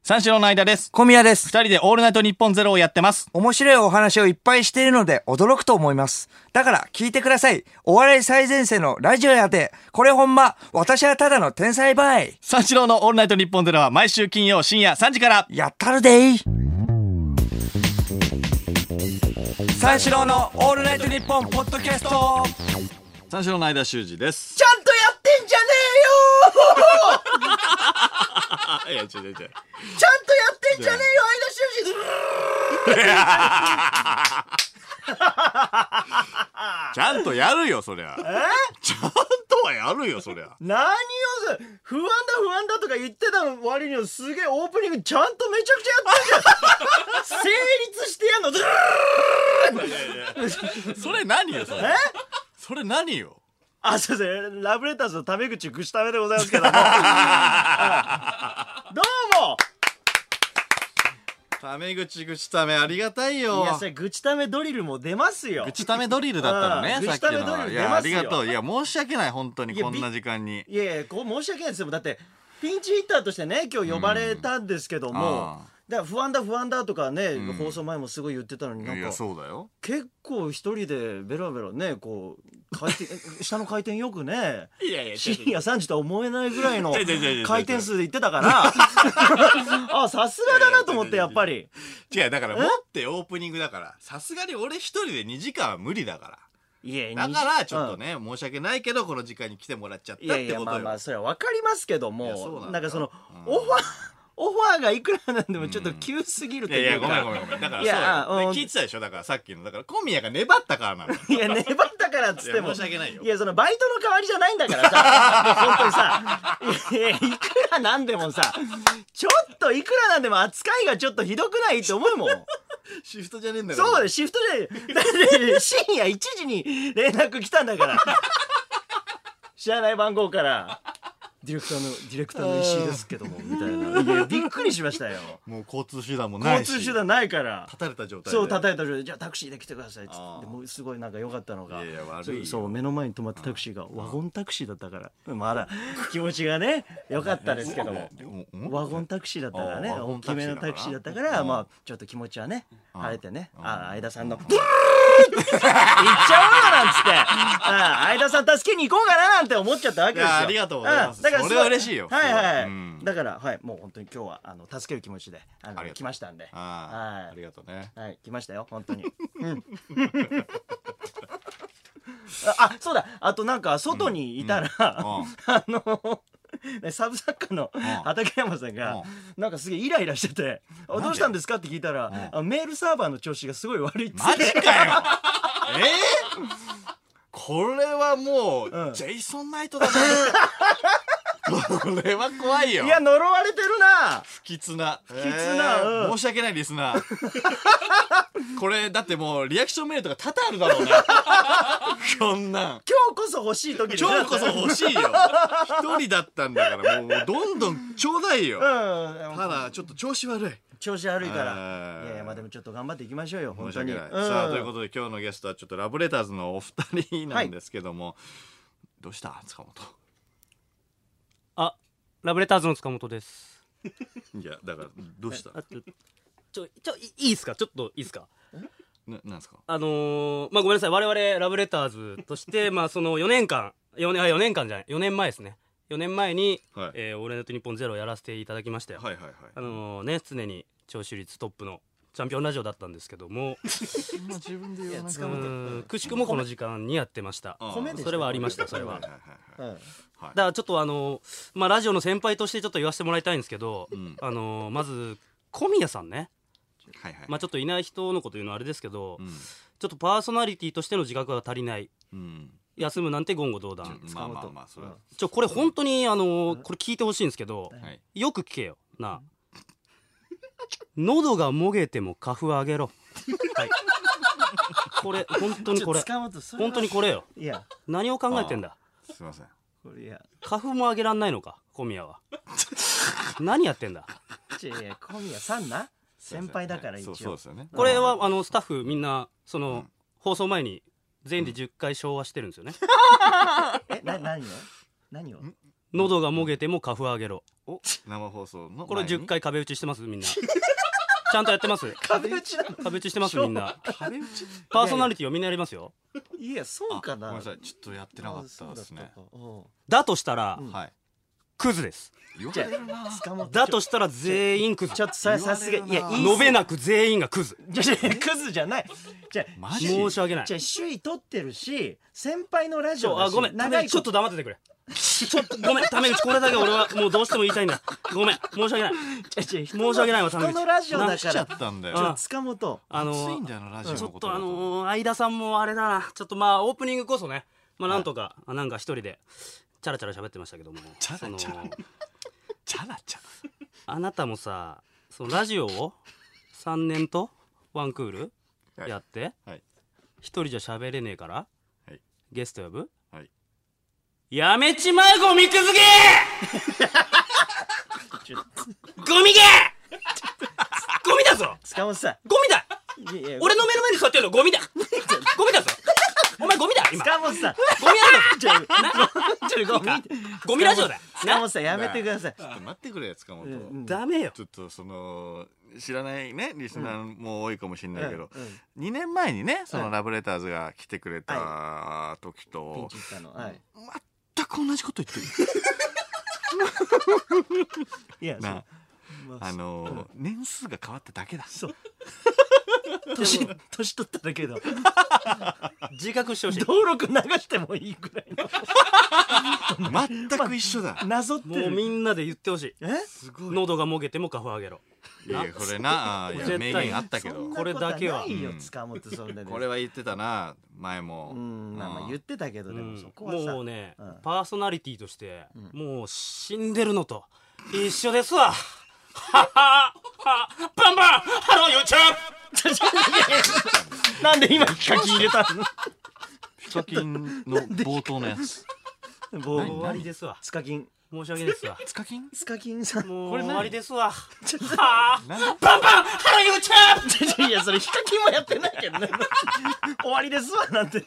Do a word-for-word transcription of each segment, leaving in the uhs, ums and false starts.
三四郎の間です。 小宮です。 二人でオールナイトニッポンゼロをやってます。 面白いお話をいっぱいしているので驚くと思います。だから聞いてください。お笑い最前線のラジオやで。これほんま、私はただの天才バイ。 三四郎のオールナイトニッポンゼロは毎週金曜深夜さんじから。 やったるでい。三四郎のオールナイトニッポンポッドキャスト。 三四郎の間修二です。 ちゃんとやってんじゃねえよいや違う違う違う。ちゃんとやってんじゃねえよ、間修二。 ちゃんとやるよそりゃ。 えちゃんとはやるよそりゃ。 何を不安だ不安だとか言ってた割にはすげえオープニングちゃんとめちゃくちゃやってんじゃん。成立してやんの。ずーそれ何よそれ。 えそれ何よ。 あ、すいません、ラブレターズのタメ口ぐしためでございますけども。どうも。 タメ口ぐちためありがたいよ。 いや、それぐちためドリルも出ますよ。 ぐちためドリルだったのね、さっきの。 ぐちためドリルいや、あ出ますよ。 りがとう。いや、申し訳ない本当にこんな時間に。 いやいや、こう申し訳ないですよ。だってピンチヒッターとしてね、今日呼ばれたんですけども。うんだから不安だ不安だとかね、うん、放送前もすごい言ってたのになんかいやそうだよ結構一人でベラベラねこう回転下の回転よくねいやいや深夜さんじとは思えないぐらいの回転数で言ってたからあさすがだなと思ってやっぱり違うだから持ってオープニングだからさすがに俺一人でにじかんは無理だからいやだからちょっとね、うん、申し訳ないけどこの時間に来てもらっちゃったってことよ。いやいやまあまあそれは分かりますけどもなんかその、うん、オファーオファーがいくらなんでもちょっと急すぎるというか、うん、いやいやごめんごめんごめんだからそうよ、うん、聞いてたでしょだからさっきのだから小宮が粘ったからなの。いや粘ったからっつっても申し訳ないよ。 いやそのバイトの代わりじゃないんだからさもう本当にさいやいくらなんでもさちょっといくらなんでも扱いがちょっとひどくないって思うもん。 シフトじゃねえんだから。 そうだよシフトじゃねえだって深夜いちじに連絡来たんだから知らない番号からディレクターのディレクターの石井ですけどもみたいな。いやびっくりしましたよ。 もう交通手段もないし交通手段ないから立たれた状態でそう立たれた状態でじゃあタクシーで来てくださいっつってもうすごいなんか良かったのがいやいや悪いよそう目の前に止まったタクシーがワゴンタクシーだったからまだ気持ちがね良かったですけどもワゴンタクシーだったからね大きめのタクシーだったからまあちょっと気持ちはね晴れてねあ相田さんの行っちゃおうよなんつって相田さん助けに行こうかななんて思っちゃったわけですよ。 ありがとうございます。それは嬉しいよ。 はいはい、うん、だからはいもう本当に今日はあの助ける気持ちであの来ましたんであありがとうね。 はい来ましたよ本当に。うんあそうだあとなんか外にいたら、うんうん、あのサブ作家の畠山さんがなんかすげえイライラしてて「どうしたんですか?」って聞いたらメールサーバーの調子がすごい悪いっつって。 マジかよえー、これはもう、うん、ジェイソンナイトだねこれは怖いよ。 いや呪われてるな不吉な不吉な、えーうん、申し訳ないリスナーこれだってもうリアクションメールとか多々あるだろうねこんなん今日こそ欲しい時に今日こそ欲しいよ一人だったんだからもうどんどんちょうだいよ、うん、ただちょっと調子悪い調子悪いからいやいやまあでもちょっと頑張っていきましょうよ本当に、うん、 さあということで今日のゲストはちょっとラブレターズのお二人なんですけども、はい、どうした塚本。 あラブレターズの塚本ですいやだからどうしたちょちょいいですかちょっといいですかななんですかあのー、まあごめんなさい我々ラブレターズとしてまあそのよねんかんよねん、よねんかんじゃないよねんまえですねよねんまえに、はいえー、オールナイトニッポンゼロやらせていただきましたよ。はいはいはいあのー、ね常に聴取率トップのチャンピオンラジオだったんですけども自分で言わなかったくしくもこの時間にやってました。それはありましたそれは。だからちょっとあのー、まあラジオの先輩としてちょっと言わせてもらいたいんですけど、うん、あのー、まず小宮さんねはいはいまあ、ちょっといない人のこと言うのはあれですけど、うん、ちょっとパーソナリティとしての自覚が足りない、うん、休むなんて言語道断まあまあまあそれはちょこれ本当にあのー、これ聞いてほしいんですけど、はい、よく聞けよな喉がもげても花粉あげろはいこれ本当にこれ本当にこれよいや何を考えてんだすいませんこれいや花粉もあげらんないのか小宮は何やってんだいやいや小宮さんな先輩だから一応そうそうですよね。これはあのスタッフみんなその、うん、放送前に全員でじゅっかい唱和してるんですよね。 えな何を何を喉がもげても花粉あげろお生放送のこれじゅっかい壁打ちしてますみんなちゃんとやってます壁打ちなの壁打ちしてますみんな壁打ちパーソナリティをみんなやりますよ。 いやそうかな。 ごめんなさいちょっとやってなかったですね。 だとしたら、 はいクズです。 言われるな。 だとしたら全員クズ。 ちょっとささすがいや述べなく全員がクズ。 じゃじゃクズじゃない。じゃマジ申し訳ない。 じゃ首位取ってるし先輩のラジオだし。 あごめん長いちょっと黙っててくれ。ちょっとごめんタメ口これだけ俺はもうどうしても言いたいんだ。ごめん申し訳ない。申し訳ないわタメ口。 人のラジオだから。 しちゃったんだよ。 ちょっと塚本。 あの熱いんだよなラジオのこと。 ちょっとあの相田さんもあれだな。ちょっとまあオープニングこそね。まあなんとかなんか一人でチャラチャラ喋ってましたけども。 チャラチャラ。チャラチャラ。 あなたもさそのラジオをさんねんとワンクールやって一人じゃ喋れねえからゲスト呼ぶ。やめちまえゴミくずげゴミげゴミだぞ塚本さんゴミだ俺の目の前に座ってるのゴミだゴミだぞお前ゴミだ今塚本さんゴミあるぞちょゴミゴミラジオだ塚本さんやめてください。 ちょっと待ってくれ塚本。 ダメよ。 ちょっとその知らないねリスナーも多いかもしれないけどにねんまえにねそのラブレターズが来てくれた時と全く同じこと言ってる。 いやなあの年数が変わっただけだ。 そう年年取っただけだ。 自覚してほしい。 登録流してもいいくらいの全く一緒だ。 なぞってる。 もうみんなで言ってほしい。 えすごい。 喉がもげてもカフ上げろ。 いやこれな、いや名言あったけどこれだけはこれは言ってたな前も。 まあ言ってたけどでもそこはさもうねパーソナリティとしてもう死んでるのと一緒ですわ。ははバンバンハロー YouTube。 なんで今ヒカキン入れたの？ ヒカキンの冒頭のやつ。 もう終わりですわ。 スカキン申し訳ないですわ。 スカキンスカキンさんもう終わりですわ。はあバンバンハロー YouTube。 いやそれヒカキンもやってないけどね。終わりですわなんて。ど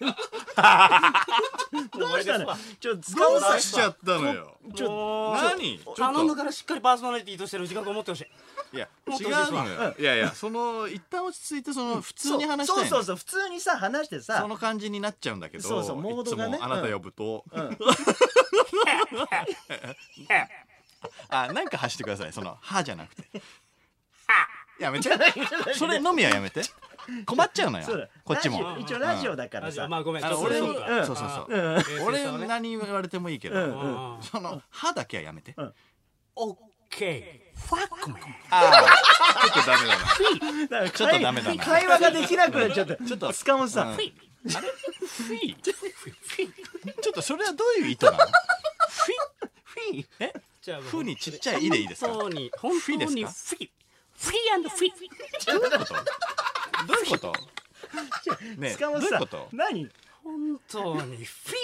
うしたの？ちょっと使うさしちゃったのよ。 ちょ何？ 頼むからしっかりパーソナリティとしての自覚を持ってほしい。 いや違うのよ。いやいやその一旦落ち着いてその普通に話したい。 そうそうそう普通にさ話してさその感じになっちゃうんだけど。 そうそうモードがね。 いつもあなた呼ぶと。あなんか走ってくださいその歯じゃなくて。やめて。それのみはやめて。困っちゃうのよこっちも。 一応ラジオだからさ。 まあごめん。 俺そうそうそう俺何言われてもいいけどその歯だけはやめて。 オッケーファックメン。 ああちょっとダメだな。ちょっとダメだな。 会話ができなくなっちゃった。ちょっと塚本さん。あれ？ フィーちょっとそれはどういう意図なの？フィフィえ？フにちっちゃいイでいいですか？ 本当に本当にフィフィフィアンドフィ。 どういうこと？どういうこと？ね塚本さん何？ 本当にフィ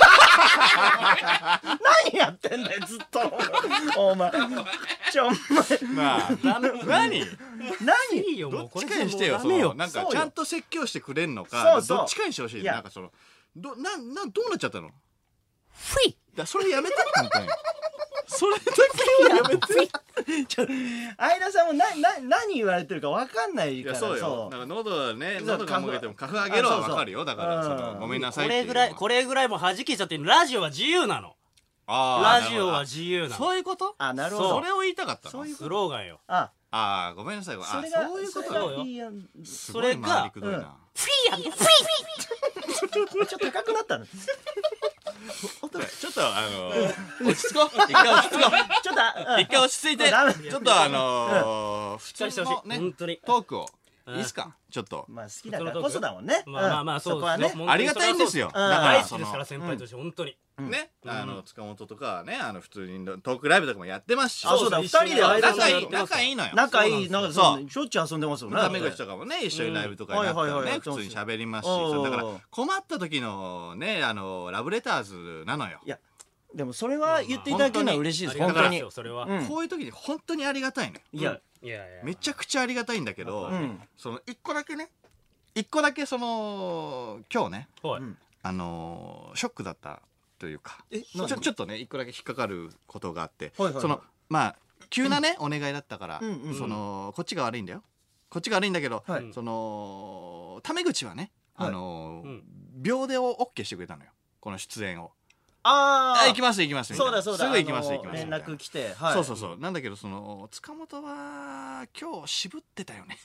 何やってんだよずっとお前ちょお前なあ何何どっちかにしてよ。そうなんかちゃんと説教してくれんのかどっちかにしてほしい。なんかそのどななどうなっちゃったの？ フィだそれやめて本当にそれだけはやめて。 ちょ相田さんもなな何言われてるか分かんないから。 そうよ。なんか喉ね喉がもげても花粉上げろは分かるよ。だからそのごめんなさいっていうこれぐらいこれぐらいも弾けちゃって。ラジオは自由なの。ラジオは自由なの。 そういうこと？ あなるほど。 それを言いたかったの。 スローガンよ。 ああごめんなさい。あそういうことよ。 それがフィーアンドフィーちょっと高くなったの。 ちょっとあの落ち着こう。一回落ち着こう。 ちょっと一回落ち着いて。ちょっとあの普通のねトークをいいですか？ちょっとまあ好きだからこそだもんね。 まあまあまあそうですね。 ありがたいんですよ。 大好きですから先輩として本当に。 ねあの塚本とかねあの普通にトークライブとかもやってますし。 あそうだ二人で仲いい仲いいのよ。 仲いいなんかそうしょっちゅう遊んでますよね。 タメ口とかもね一緒にライブとかになったらね普通に喋りますし。だから困った時のねあのラブレターズなのよ。 いやでもそれは言っていただけるのは嬉しいです本当に。 こういう時に本当にありがたいのよ。 いやめちゃくちゃありがたいんだけどその一個だけね一個だけその今日ねあのショックだったというかちょちょっとね一個だけ引っかかることがあってそのまあ急なね、お願いだったから、そのこっちが悪いんだよ。こっちが悪いんだけど、そのタメ口はね、あの秒でを OK してくれたのよ、この出演を。ああ行きます行きますみたいな。そうだそうだ、すぐ行きます行きます連絡来て、 そうそうそう。なんだけどその塚本は今日渋ってたよね。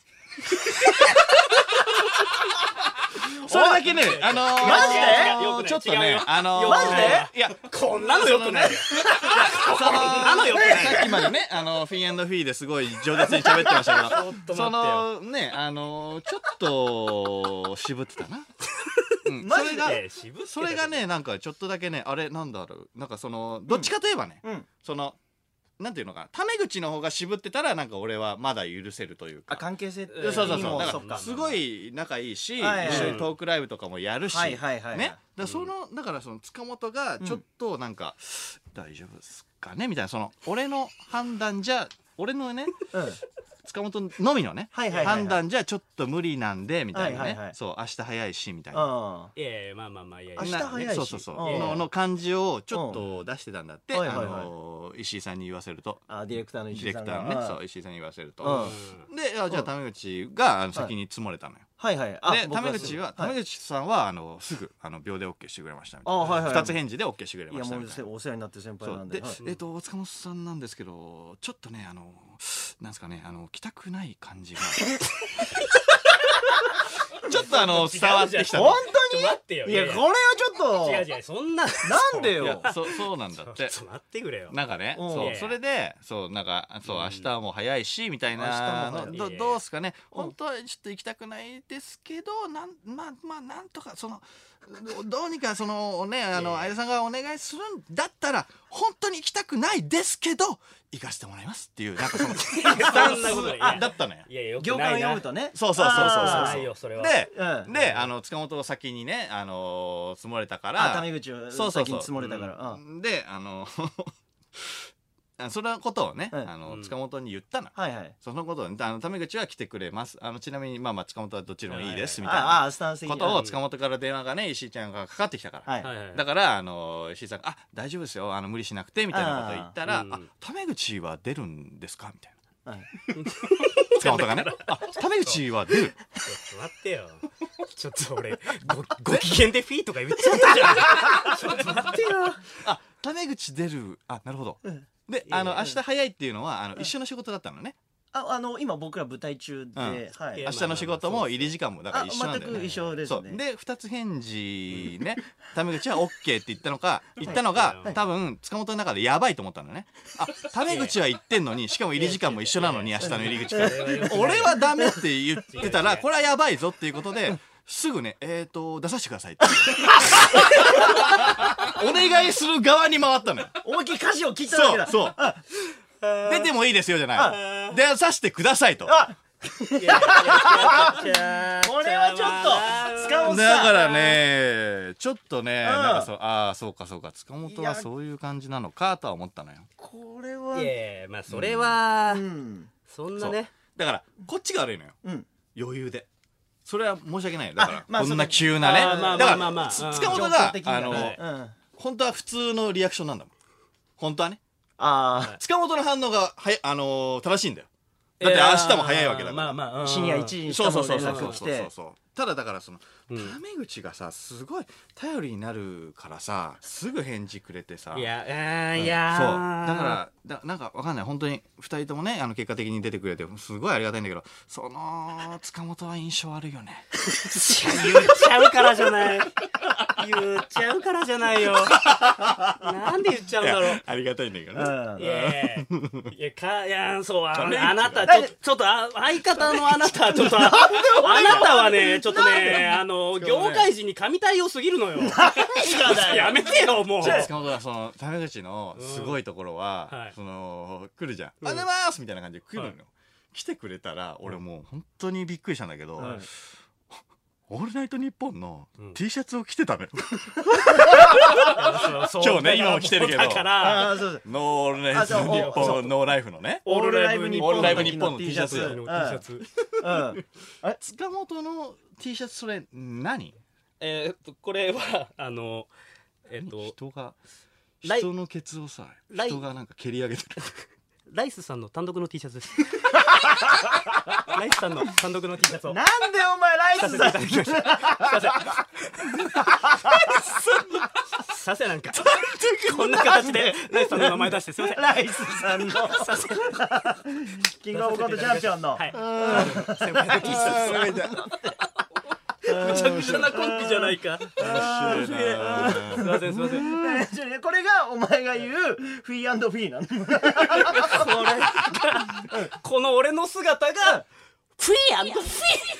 それだけね、あのー、 マジでちょっとね、あのー、 マジでいや、こんなのよくないよ。 その、あのよくない。さっきまでね、あの、フィン&フィーですごい上手に喋ってましたけど、その、ね、あの、ちょっと、渋ってたな。うん、それが、それがね、なんかちょっとだけね、あれ、なんだろう、なんかその、どっちかといえばね、その、なんていうのかな、タメ口の方が渋ってたらなんか俺はまだ許せるというか、 あ、関係性そうそうそう、だからすごい仲いいし、一緒にトークライブとかもやるしね、だそのだからその塚本がちょっとなんか、大丈夫ですかねみたいな、その俺の判断じゃ俺のね、塚本のみのね判断じゃちょっと無理なんでみたいなね、そう明日早いしみたいな、 いやいやまあまあまあいや明日早いし、 そうそうそうのの感じをちょっと出してたんだって、あの石井さんに言わせると、 あディレクターの石井さんが、ディレクターのね、そう石井さんに言わせると、でじゃあタメ口が先に積もれたのよ。 はいはい。 でタメ口はタメ口さんはあのすぐあの秒で OK してくれましたみたいな、二つ返事で OK してくれましたみたいな。 いやもうお世話になって先輩なんで。 でえっと塚本さんなんですけど、ちょっとねあのなんですかね、あの来たくない感じがちょっとあの伝わってきた。 本当に？ 待ってよ。 いやこれはちょっと違う違う、そんななんでよ。 そそうなんだって。 ちょっと待ってくれよ。 なんかね、そうそれでそうなんかそう明日はもう早いしみたいなの、どどうすかね。本当はちょっと行きたくないですけど、なんまあまあなんとかそのどうにかそのね、あの相田さんがお願いするんだったら本当に行きたくないですけど行かせてもらいますっていう、なんかそのスタンスだったのよ。 行間を読むとね。 そうそうそうそうそう。ででであの塚本を先にねあの積もれたから、 タメ口を先に積もれたから、 であのそのことをね、あの塚本に言ったの。そのことをあのタメ口は来てくれます。あのちなみにまあまあ塚本はどっちでもいいですみたいなことを塚本から電話がね、石井ちゃんがかかってきたから、だからあの石井さんがあ大丈夫ですよ、あの無理しなくてみたいなことを言ったら、あタメ口は出るんですかみたいな。塚本がね、あタメ口は出る。 ちょっと待ってよ。ちょっと俺ごご機嫌でフィーとか言っちゃったじゃん。ちょっと待ってよ。 あタメ口出る。あなるほど。であの明日早いっていうのはあの一緒の仕事だったのね。 ああの今僕ら舞台中で、 明日の仕事も入り時間もだから一緒なんだよね。 全く一緒ですね。 で二つ返事ね、タメ口は OK って言ったのか言ったのが多分塚本の中でやばいと思ったのね。あタメ口は言ってんのにしかも入り時間も一緒なのに明日の入り口から俺はダメって言ってたらこれはやばいぞっていうことですぐねえっと出させてくださいってお願いする側に回ったのよ。 思いっきり舵を切ったわけだ。 そうそう出てもいいですよじゃない、出させてくださいと。これはちょっと塚本さんだからねちょっとね、なんかそうああそうかそうか塚本はそういう感じなのかとは思ったのよ。 これはいやまあそれはそんなね、 だからこっちが悪いのよ、余裕で。それは申し訳ないよ。だからこんな急なね、だから塚本があの本当は普通のリアクションなんだもん本当はね。あ塚本の反応がはあの正しいんだよ。だって明日も早いわけだから、 深夜いちじにしかも連絡来て、 ただだからそのタメ口がさすごい頼りになるからさすぐ返事くれてさ、 いやいやそうだからだなんかわかんない本当にふたりともねあの結果的に出てくれてすごいありがたいんだけど、その塚本は印象悪いよね。 言っちゃうからじゃない言っちゃうからじゃないよ。なんで言っちゃうんだろう。 ありがたいんだけどね。 いやいやかいやそうあなたちょちょっと相方のあなたちょっとあなたはねちょっとねあの業界人に神対応すぎるのよ。やめてよもう。 塚本はそのタメ口のすごいところはその来るじゃん。ありがとうございますみたいな感じで来るのよ。来てくれたら俺もう本当にびっくりしたんだけど。オールナイトニッポンの T シャツを着てたのよ。今日ね今も着てるけど、ノーオールナイトニッポンノーライフのね、 オールライブニッポンの T シャツ。塚本の T シャツそれ何？ えっとこれはあのえっと人が人のケツをさ人がなんか蹴り上げてる。 ライスさんの単独の T シャツですライスさんの単独の T シャツをなんでお前ライスさんにさせなんかこんな形でライスさんの名前出してすいませんライスさんのキングオブコントチャンピオンの、はい、先輩の T シャツむちゃくちゃなコンビじゃないか。すいませんすいません。これがお前が言うフィーアンドフィーなの。これこの俺の姿がフィーアンドフィ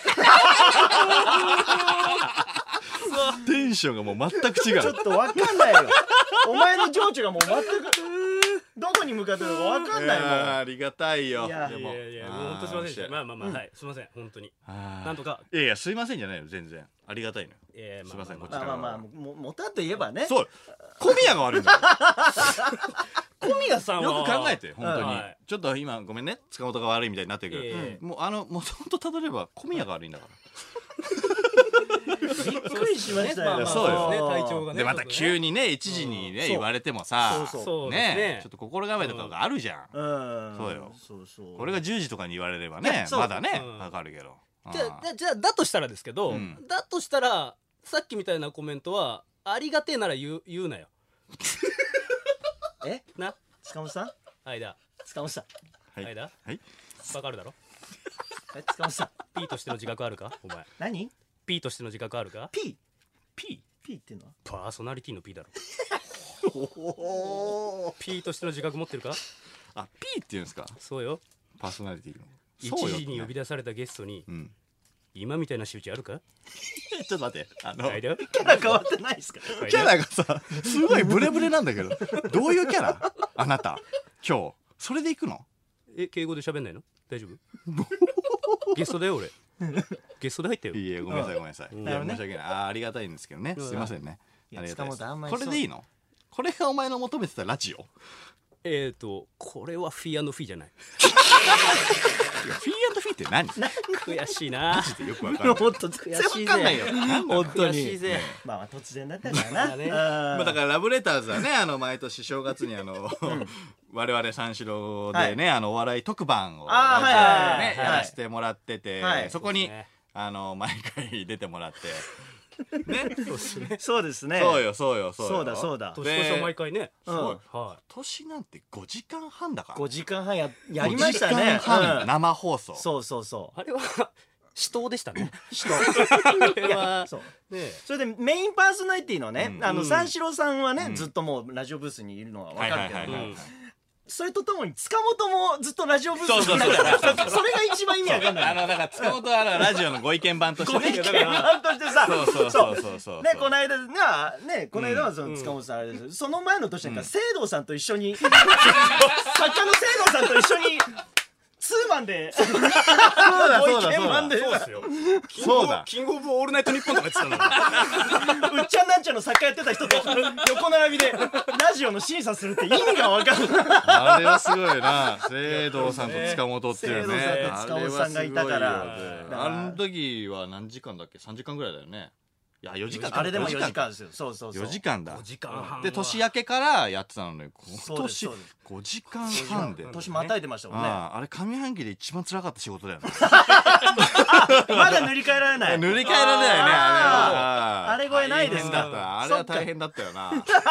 ー。テンションがもう全く違う。 ちょっとわかんないよ。お前の情緒がもう全くどこに向かってるのかわかんないもん。 ありがたいよ。 いやいやいやもう本当すいません。まあまあまあはいすいません本当に。なんとか。 いやいやすいませんじゃないよ全然ありがたいの。すいませんこちら。 まあまあまあもたと言えばね。 そう小宮が悪いんだよ。 小宮さんはよく考えて本当にちょっと今ごめんね塚本が悪いみたいになってるけどもうあのもともとたどれば小宮が悪いんだから。 びっくりしましたよ。 そうですね体調がね。 でまた急にね一時にね言われてもさねちょっと心構えとかがあるじゃん。そうよ。これがじゅうじとかに言われればねまだねわかるけど。 じゃあじゃあだとしたらですけどだとしたらさっきみたいなコメントはありがてえなら言う言うなよ。 えな塚本さん間塚本さん間はいわかるだろ。 え塚本さん P としての自覚あるかお前。 何 P としての自覚あるか P P P っていうのはパーソナリティの P だろ。P としての自覚持ってるか。 あ P っていうんですか。 そうよパーソナリティの一時に呼び出されたゲストに今みたいな仕打ちあるか。 ちょっと待ってあのキャラ変わってないですか。 キャラがさすごいブレブレなんだけどどういうキャラあなた今日それで行くの。 え敬語で喋んないの大丈夫。ゲストだよ俺ゲストで入ったよ。 いやごめんなさいごめんなさい。いや申し訳ないあありがたいんですけどねすいませんね。ありがたいです。これでいいの。これがお前の求めてたラジオ。 えっとこれはフィーアンドフィーじゃない。 フィーアンドフィーって何。 悔しいな。 マジでよくわかんない。 本当悔しいぜ。本当に。まあ突然だったからな。 まあだからラブレターズはねあの毎年正月にあの我々三四郎でねあのお笑い特番をねやらせてもらっててそこにあの毎回出てもらって。ね、 そうですね。 そうよそうよそうよ。 そうだそうだ。 年越しは毎回ね。 はい。年なんてごじかんはんだから。 ごじかんはんややりましたね。ごじかんはん生放送。 そうそうそう。 あれは死闘でしたね。 死闘。いやそう。それでメインパーソナリティのねあの三四郎さんはねずっともうラジオブースにいるのはわかるけど。それとともに塚本もずっとラジオブースにいながらそれが一番意味わかんない。 あのだから塚本はラジオのご意見番としてね。 ご意見番としてさ。 そうそうそうそう。 ねこの間なねこの間はその塚本さんあれです。その前の年なんか聖堂さんと一緒に作家の聖堂さんと一緒にツーマンでそうだそうだそうだそうですよ。 そうだキングオブオールナイトニッポンとか言ってたの。うっちゃんなんちゃんの作家やってた人と横並びでラジオの審査するって意味が分かんない。 あれはすごいな聖堂さんと塚本っていうね。 聖堂さんと塚本さんがいたから。 あの時は何時間だっけさんじかんぐらいだよね。いやよじかんあれでもよじかんですよ。そうそうそうよじかんだ。 ごじかんはんで年明けからやってたのに今年ごじかんはんで年またいでましたもんね。 あれ上半期で一番辛かった仕事だよね。 まだ塗り替えられない。 塗り替えられないよねあれ。あれ声ないですか。 あれは大変だったよな。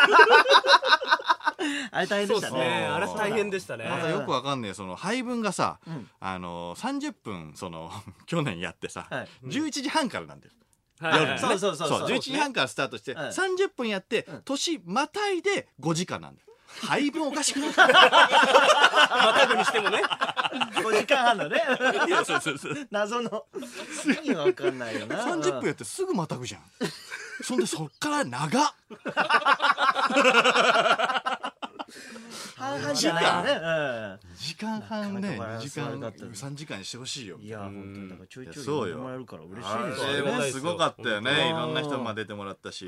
あれ大変でしたね。 あれ大変でしたね。 またよくわかんねえその配分がさあのさんじゅっぷんその去年やってさじゅういちじはんからなんだよ。夜そうそうそうじゅういちじはんからスタートしてさんじゅっぷんやって年またいでごじかんなんだよ。配分おかしくない？ またぐにしてもねごじかんはんのねそうそうそう謎の意味わかんないよな。 さんじゅっぷんやってすぐまたぐじゃん。そんでそっから長っ半々じゃないよね。 にじかんはんねにじかんさんじかんにしてほしいよ。 いや本当にだからちょいちょい呼んでもらえるから嬉しいですよね。すごかったよね。いろんな人も出てもらったし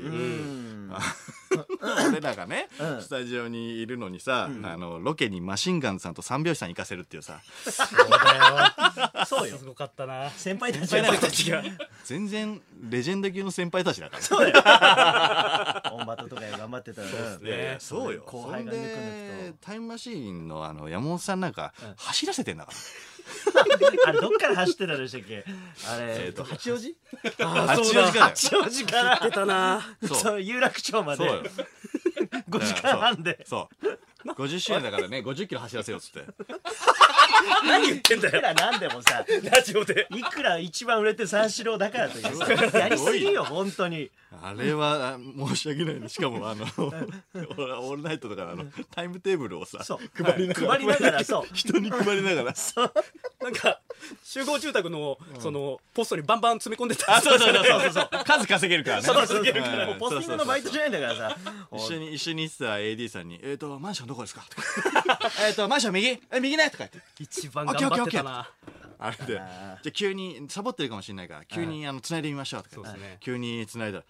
俺らがねスタジオにいるのにさあのロケにマシンガンズさんと三拍子さん行かせるっていうさ。 そうだよ。そうよ。 すごかったな。 先輩たちが全然レジェンド級の先輩たちだから。 そうだよ。オンバトとか頑張ってたらそうよ。 後輩が抜れタイムマシーンのあの山本さんなんか走らせてんだからあれどっから走ってたんでしたっけあれ、 えー、と八王子あ八王子から八王子から出たなそう有楽町までごじかんはんでそうごじゅっしゅうねんだからねごじゅっキロ走らせようっつって何言ってんだよいくらなんでもさラジオでいくら一番売れてる三四郎だからというやりすぎよ本当にあれは申し訳ないねしかもあのオールナイトとかあのタイムテーブルをさ配りながら配りながらそう人に配りながらそうなんか集合住宅のそのポストにバンバン詰め込んでたあそうそうそうそうそう数稼げるからねそうそうそうポスティングのバイトじゃないんだからさ一緒に一緒に行ってた エーディー さんにえっとマンションどこですかとかえっとマンション右え右ねとか言って一番頑張ってたなあれでじゃあ急にサボってるかもしれないから急にあの繋いでみましょうとか急に繋いだら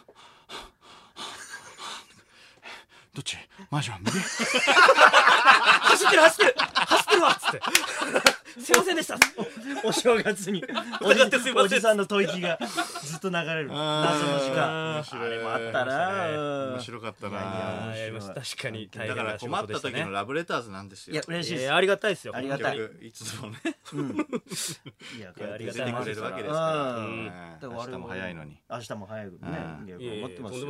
どっちマンション右走ってる走ってる走ってるわっつってすいませんでしたお正月におじ, おじさんの吐息がずっと流れる謎の時間あれもあったな面白かったな確かにだから困った時のラブレターズなんですよいや嬉しいですありがたいですよありがたいいつもねいやありがたいくれるわけですから明日も早いのに明日も早いね頑張ってますよ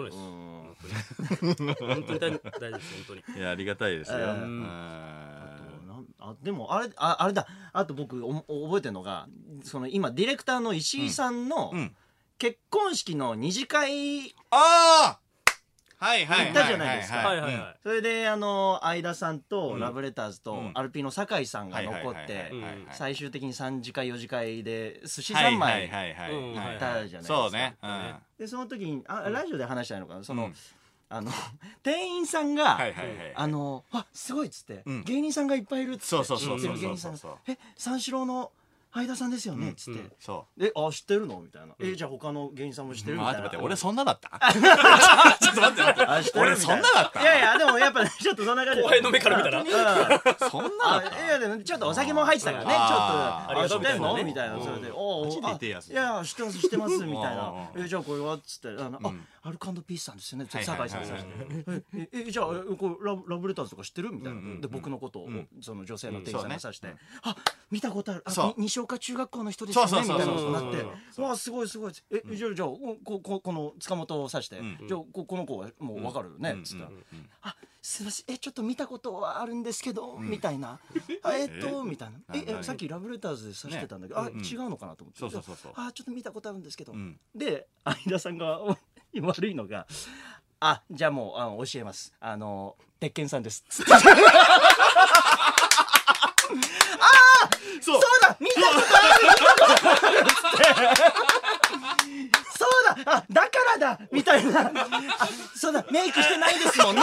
本当に大事です本当にいやありがたいですよあでもあれ あ, あれだあと僕お覚えてるのがその今ディレクターの石井さんの結婚式の二次会ああはいはい行ったじゃないですかはいはいはいそれであの相田さんとラブレターズとアルピーの酒井さんが残って最終的にさん次会よ次会で寿司三昧行ったじゃないですかそうねでその時にあラジオで話したいのかなそのあの店員さんがあのあすごいっつって芸人さんがいっぱいいるっつって言ってる芸人さんがえ三四郎の相田さんですよねっつってえあ知ってるのみたいなえじゃあ他の芸人さんも知ってるみたいな待って待って俺そんなだったちょっと待って待って俺そんなだったいやいやでもやっぱちょっとそんな感じ後輩の目から見たらそんなだったいやでもちょっとお酒も入ってたからねちょっとあ知ってんのみたいなそれでおマジで言ってやついや知ってます知ってますみたいなえじゃあこれはっつってあアルコ&ピースさんですよね酒井さんええじゃあこラブレターズとか知ってるみたいなで僕のことをその女性の店員さんが指してあ見たことある西岡中学校の人ですよねみたいなことになってわあすごいすごいえじゃあじゃあこここの塚本を指してじゃあこの子はもう分かるよねっつったらあすいませんえちょっと見たことはあるんですけどみたいなえっとみたいなえさっきラブレターズで指してたんだけどあ違うのかなと思ってあちょっと見たことあるんですけどで相田さんが悪いのがあじゃあもうあの教えますあの鉄拳さんですああそうだ見たことあるそうだあだからだみたいなあそうだメイクしてないですもんね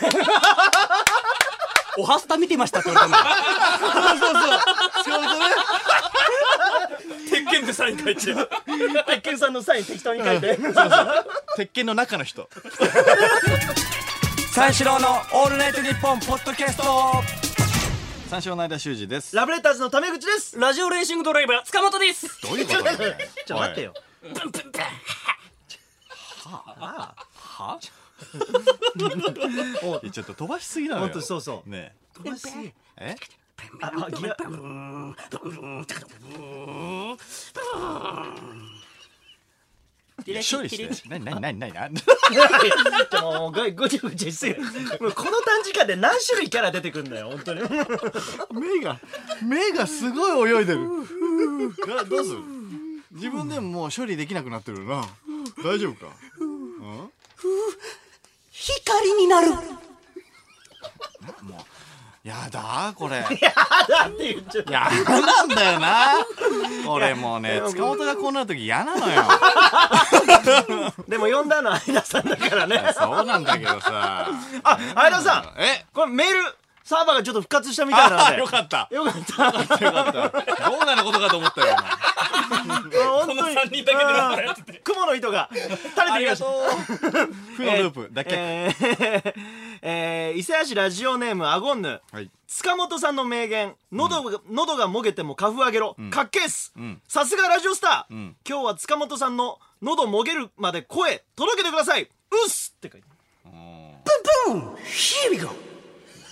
おはスタ見てましたって言われたのそうそうそうそういうことね鉄拳でサイン書いて鉄拳さんのサイン適当に書いてそうそう鉄拳の中の人三四郎のオールナイトニッポンポッドキャスト三四郎の間修二ですラブレターズのタメ口ですラジオレーシングドライバー塚本ですどういうことだよちょっと待ってよははちょっと飛ばしすぎなのよ本当そうそうね飛ばしすぎえああギア処理して何何何何何もうごちゃごちゃしすぎるもうこの短時間で何種類キャラ出てくるんだよ本当に目が目がすごい泳いでるどうする自分でももう処理できなくなってるな大丈夫か光になるもうやだこれやだって言っちゃったやなんだよな俺もうね塚本がこうなる時嫌なのよでも呼んだのは相田さんだからねそうなんだけどさあ相田さんえこれメールサーバーがちょっと復活したみたいなのでよかったよかったよかったよかったどうなることかと思ったよこのさんにんだけでなんかやってて雲の糸が垂れてきました負のループだけえーえー、伊勢橋ラジオネームアゴンヌ、はい、塚本さんの名言喉が、うん、喉がもげても花粉あげろ、うん、かっけーっす、うん、さすがラジオスター、うん、今日は塚本さんの喉もげるまで声届けてくださいうっすって書いてプンプン Here we go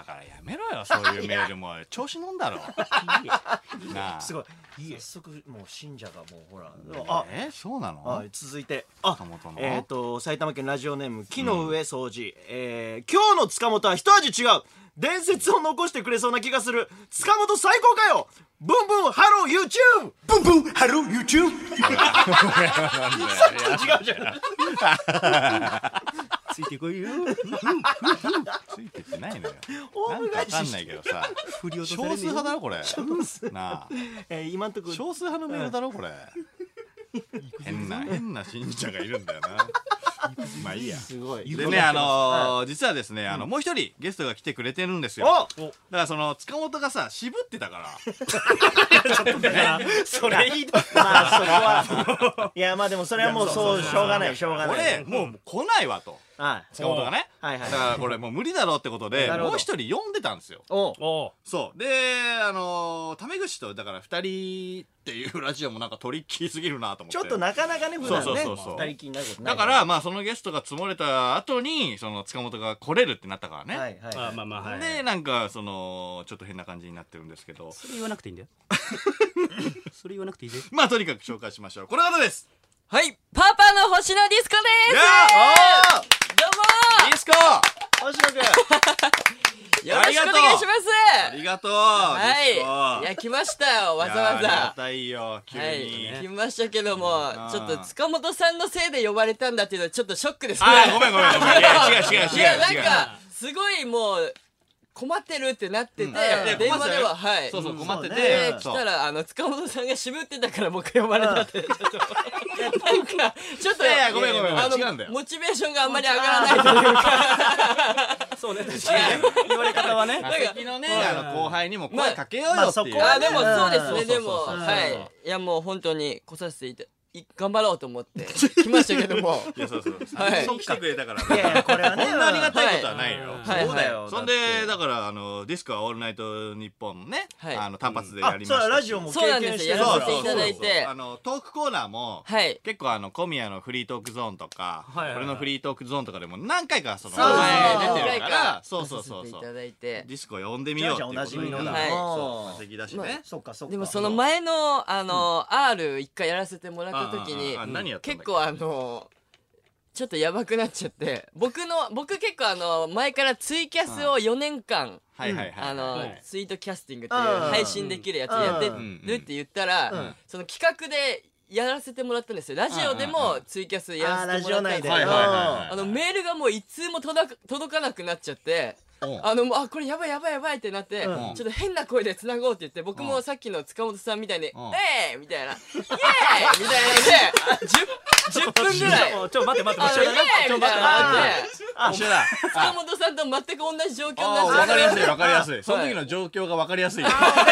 からやめろよそういうメールも調子乗んだろなあすごい早速もう信者がもうほらあえそうなの、 はい、続いてあえっと埼玉県ラジオネーム木の上掃除、うんえー、今日の塚本は一味違う伝説を残してくれそうな気がする塚本最高かよブンブンハロー YouTube ブンブンハロー YouTube さっきと違うじゃんついてこいよついてってないのよなんかわかんないけどさ少数派だろこれなあ、 えー、今んとこ少数派のメールだろこれ変な変な信者がいるんだよなまあいいやすごいでねあのー、実はですねあの、うん、もう一人ゲストが来てくれてるんですよだからその塚本がさ渋ってたからちょっとねそれいいだまあそこはいやまあでもそれはもうそうしょうがないしょうがない俺もう来ないわと塚本がねだからこれもう無理だろうってことでもう一人呼んでたんですよそうであのタメ口とだから二人っていうラジオもなんかトリッキーすぎるなと思ってちょっとなかなかね普段ね二人きりになることないだからまあそのゲストが積もれた後にその塚本が来れるってなったからねはいはいまあまあはいでなんかそのちょっと変な感じになってるんですけどそれ言わなくていいんだよそれ言わなくていいでまあとにかく紹介しましょうこの方ですはいパパの星野ディスコですどうもディスコ星野くんよろしくお願いしますありがとうはいいや来ましたよわざわざありがたいよ急に、はい、 来ましたけどもちょっと塚本さんのせいで呼ばれたんだっていうのはちょっとショックですねあごめんごめんごめんいや違う違う違ういやなんかすごいもう困ってるってなってて、うん、電話でははいそうそう困ってて、 で来たらあの塚本さんが渋ってたから僕呼ばれたってちょっとなんかちょっといやごめんごめんあの違うんだよモチベーションがあんまり上がらないというかそうね確かに言われ方はねなんか先のねあの後輩にも声かけようよっていうあでもそうですねでもはいいやもう本当に来させていた頑張ろうと思って来ましたけどもいやそうそう最初来てくれたからいやいやこれはねこんなありがたいことはないよそうだよそんでだからあのディスコはオールナイトニッポンねあの単発でやりましたラジオも経験してやらせていただいてあのトークコーナーも結構あの小宮のフリートークゾーンとか俺のフリートークゾーンとかでも何回かその前出てるからそうそうそうそうディスコ呼んでみようっていうことにそう敵だしねでもその前のあの アール 一回やらせてもらった時に結構あのちょっとやばくなっちゃって僕の僕結構あの前からツイキャスをよねんかんあのツイートキャスティングっていう配信できるやつやってるって言ったらその企画でやらせてもらったんですよラジオでもツイキャスやらせてもらったんですけどあのメールがもう一通も届かなくなっちゃってあのあこれやばいやばいやばいってなって、うん、ちょっと変な声でつなごうって言って僕もさっきの塚本さんみたいに「えー!」みたいな「イエーイ!」みたいなのでじゅっぷんぐらいちょっと待って待って一緒だねみたいなので一緒だ塚本さんと全く同じ状況になっちゃう分かりやすい分かりやすいその時の状況が分かりやすい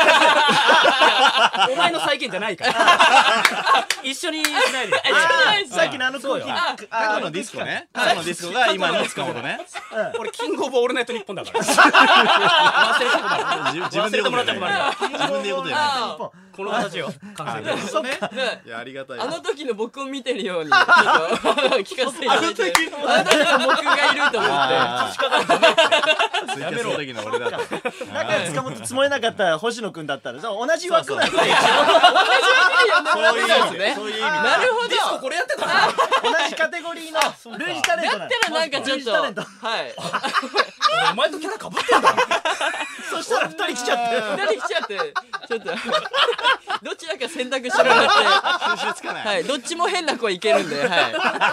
お前の再現じゃないから一緒にしないでさっきのあの空気過去のディスコね過去のディスコが今の塚本ね俺キングオブオールナイトニッポンだから忘れたことない自分で言うことや自分で言うことやこの形よ完成そうねいやありがたいあの時の僕を見てるように聞かせていただいてあの時の僕がいると思ってやめろ時の俺だとなんか塚本積もれなかった星野くんだったら同じ枠なんで同じ枠で呼んでもらってたんですねそういう意味なるほどディスコこれやってた同じカテゴリーの類似タレントだったらなんかちょっとはいお前とキャラかぶってんだそしたらふたり来ちゃってふたり来ちゃってちょっとどちらか選択してもらって収集つかないはいどっちも変な声いけるんではい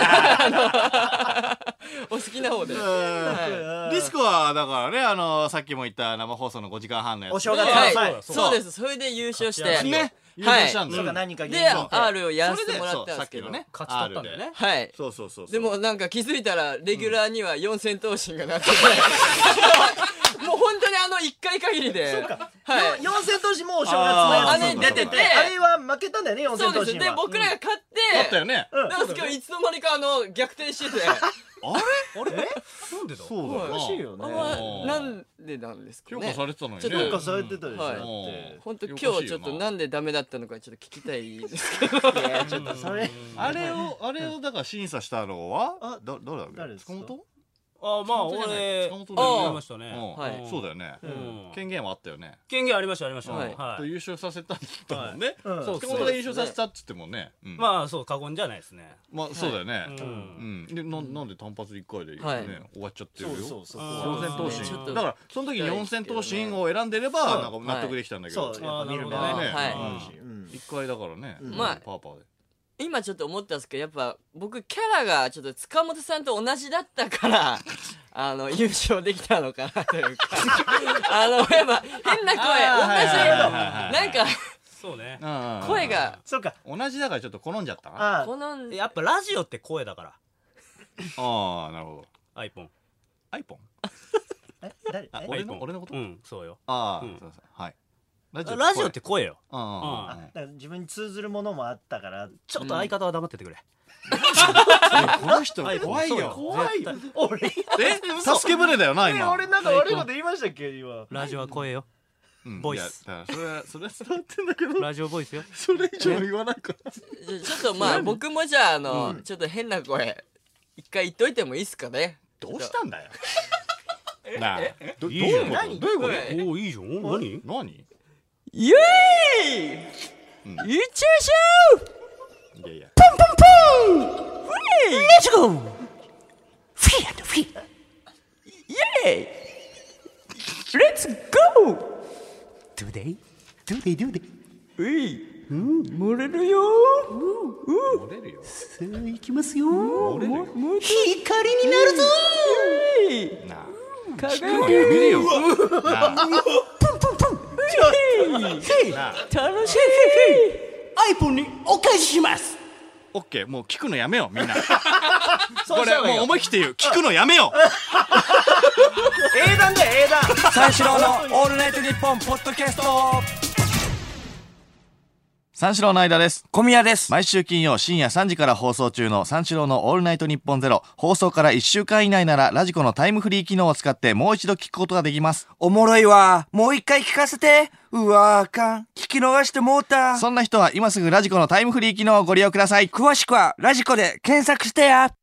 お好きな方でディスコはだからねあのさっきも言った生放送のごじかんはんのやつお正月そうですそれで優勝してね優勝したんですよ何かで アール をやらせてもらったんですけどね勝ち取ったんだよねはいそうそうそうでもなんか気づいたらレギュラーにはよんせん頭身がなっててもう本当にあのいっかい限りでそうか四千頭身もお正月のやつに出ててあれは負けたんだよね四千頭身はそうですで僕らが勝って勝ったよねなんですけどいつの間にかあの逆転しててあれあれなんでだそうだおかしいよねなんでなんですかね評価されてたのにね評価されてたでしょ本当今日ちょっとなんでダメだったのかちょっと聞きたいですけどいやちょっとそれあれをあれをだから審査したのはどどうだ誰ですか塚本あまあ俺塚本だよね。 やりましたね。 はい。そうだよね。権限はあったよね。 権限ありましたありました。 はい。優勝させたんだもんね。そう塚本が優勝させたっつってもね。 まあそう過言じゃないですね。 まあそうだよね。うん。でなんで単発いっかいでね終わっちゃってるよ。そうそうそう。四千頭身。だからその時四千頭身を選んでればなんか納得できたんだけど。 そうなるほどね。 一回だからね。 まあパーパーで。 今ちょっと思ったんですけどやっぱ僕キャラがちょっと塚本さんと同じだったからあの優勝できたのかなというかあのやっぱ変な声同じなんかそうね声がそうか同じだからちょっと好んじゃった好んやっぱラジオって声だからああなるほどアイポンアイポンえ誰俺の俺のことうんそうよああそうそうはいラジオって声よ。 だから自分に通ずるものもあったからちょっと相方は黙っててくれ。 この人怖いよ。 怖いよ。俺え助け舟だよな今。 俺なんか悪いこと言いましたっけ今。 ラジオは声よ。ボイス。 それはそれは伝わってんだけど。 ラジオボイスよ。 それ以上言わないから。 ちょっとまあ僕もじゃああのちょっと変な声一回言っといてもいいっすかね。 どうしたんだよ。なあどういうこと？どういうこと？おいいじゃん。何？ 何？ イエーイ、うん、いっちゃいしょいやいやポンポンポンフリーレッツゴーフリーアンドフリーイエーイレッツゴートゥデイトゥデイトゥデイうい漏れるよ漏れるよさあ行きますよ漏れるよ光になるぞなあ輝くのやめれよなあ楽しいアイポンにお返ししますオッケーもう聞くのやめようみんなこれもう思い切って言う聞くのやめよう英断だよ英断三四郎のオールナイトニッポンポッドキャスト三四郎の間です。 小宮です。 毎週金曜深夜さんじから放送中の三四郎のオールナイトニッポンゼロ。放送からいっしゅうかん以内ならラジコのタイムフリー機能を使ってもう一度聞くことができます。 おもろいわ。もう一回聞かせて。うわあかん。聞き逃してもうた。 そんな人は今すぐラジコのタイムフリー機能をご利用ください。 詳しくはラジコで検索してや。